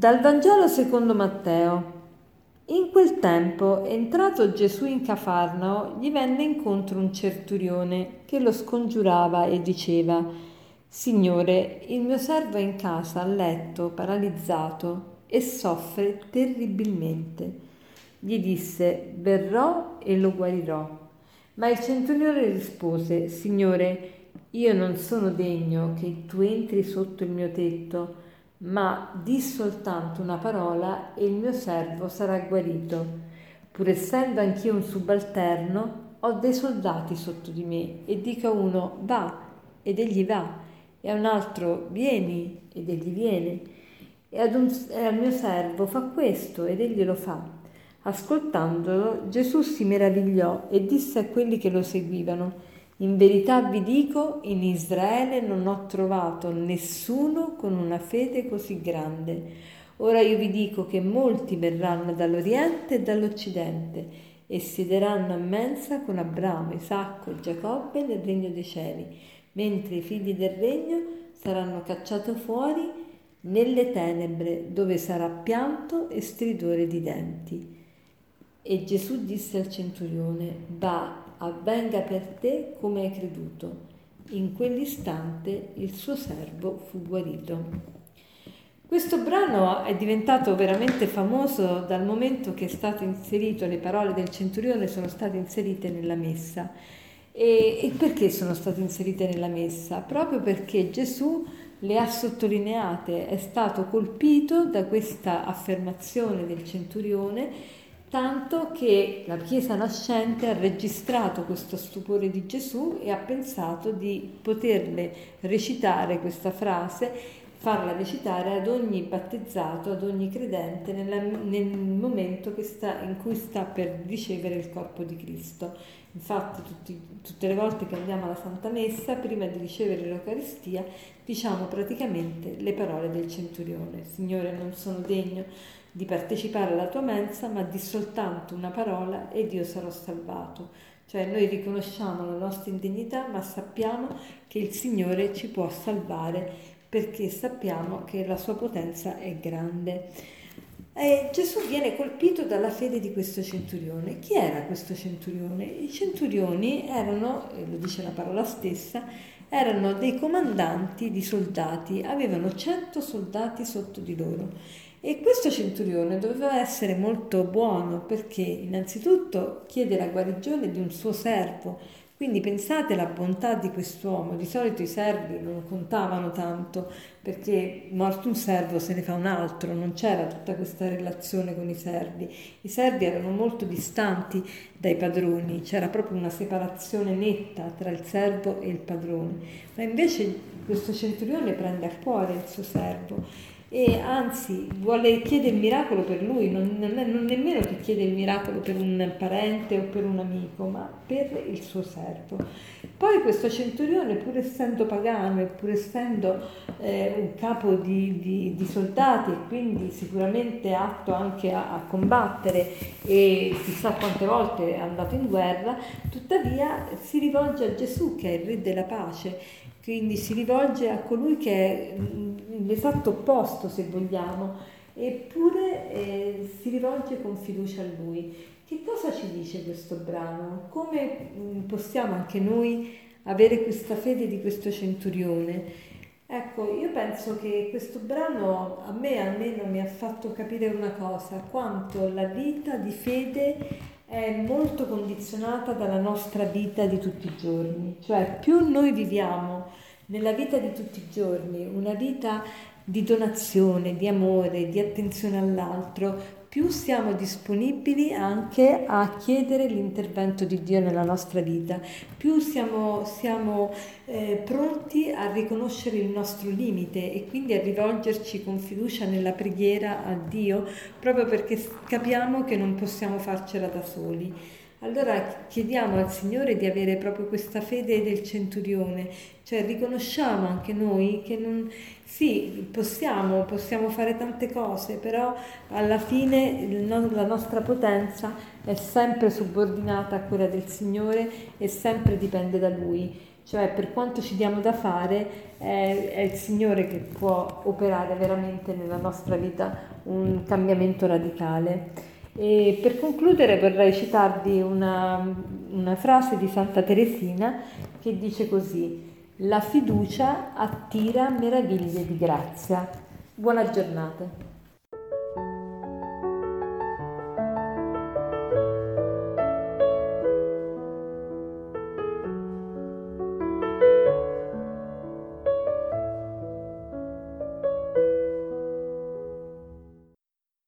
Dal Vangelo secondo Matteo. In quel tempo, entrato Gesù in Cafarnao, gli venne incontro un centurione che lo scongiurava e diceva: Signore, il mio servo è in casa a letto, paralizzato, e soffre terribilmente. Gli disse: verrò e lo guarirò. Ma il centurione rispose: Signore, io non sono degno che tu entri sotto il mio tetto, ma di soltanto una parola e il mio servo sarà guarito. Pur essendo anch'io un subalterno, ho dei soldati sotto di me, e dico a uno: va, ed egli va, e a un altro: vieni, ed egli viene, e al mio servo: fa questo, ed egli lo fa. Ascoltandolo, Gesù si meravigliò e disse a quelli che lo seguivano: in verità vi dico, in Israele non ho trovato nessuno con una fede così grande. Ora io vi dico che molti verranno dall'Oriente e dall'Occidente e siederanno a mensa con Abramo, Isacco e Giacobbe nel regno dei cieli, mentre i figli del regno saranno cacciati fuori nelle tenebre, dove sarà pianto e stridore di denti. E Gesù disse al centurione: va, avvenga per te come hai creduto. In quell'istante il suo servo fu guarito. Questo brano è diventato veramente famoso dal momento che è stato inserito, le parole del centurione sono state inserite nella messa. E perché sono state inserite nella messa? Proprio perché Gesù le ha sottolineate, è stato colpito da questa affermazione del centurione, tanto che la Chiesa nascente ha registrato questo stupore di Gesù e ha pensato di poterle recitare questa frase, farla recitare ad ogni battezzato, ad ogni credente nel momento in cui sta per ricevere il corpo di Cristo. Infatti tutte le volte che andiamo alla Santa Messa, prima di ricevere l'Eucaristia, diciamo praticamente le parole del centurione: Signore, non sono degno di partecipare alla tua mensa, ma di soltanto una parola ed io sarò salvato. Cioè noi riconosciamo la nostra indegnità, ma sappiamo che il Signore ci può salvare perché sappiamo che la sua potenza è grande. E Gesù viene colpito dalla fede di questo centurione. Chi era questo centurione? I centurioni erano, lo dice la parola stessa, erano dei comandanti di soldati, avevano 100 soldati sotto di loro. E questo centurione doveva essere molto buono perché innanzitutto chiede la guarigione di un suo servo. Quindi pensate alla bontà di quest'uomo. Di solito i servi non contavano tanto perché morto un servo se ne fa un altro, non c'era tutta questa relazione con i servi. I servi erano molto distanti dai padroni, c'era proprio una separazione netta tra il servo e il padrone. Ma invece questo centurione prende a cuore il suo servo e anzi chiede il miracolo per lui, non nemmeno che chiede il miracolo per un parente o per un amico, ma per il suo servo. Poi questo centurione, pur essendo pagano e pur essendo un capo di soldati e quindi sicuramente atto anche a combattere e chissà quante volte è andato in guerra, tuttavia si rivolge a Gesù che è il Re della pace. Quindi si rivolge a colui che è l'esatto opposto, se vogliamo, eppure si rivolge con fiducia a lui. Che cosa ci dice questo brano? Come possiamo anche noi avere questa fede di questo centurione? Ecco, io penso che questo brano a me almeno mi ha fatto capire una cosa: quanto la vita di fede è molto condizionata dalla nostra vita di tutti i giorni. Cioè, più noi viviamo nella vita di tutti i giorni una vita di donazione, di amore, di attenzione all'altro, più siamo disponibili anche a chiedere l'intervento di Dio nella nostra vita, più siamo pronti a riconoscere il nostro limite e quindi a rivolgerci con fiducia nella preghiera a Dio, proprio perché capiamo che non possiamo farcela da soli. Allora chiediamo al Signore di avere proprio questa fede del centurione, cioè riconosciamo anche noi che sì, possiamo fare tante cose, però alla fine la nostra potenza è sempre subordinata a quella del Signore e sempre dipende da Lui. cioè per quanto ci diamo da fare è il Signore che può operare veramente nella nostra vita un cambiamento radicale. E per concludere vorrei citarvi una frase di Santa Teresina che dice così: la fiducia attira meraviglie di grazia. Buona giornata.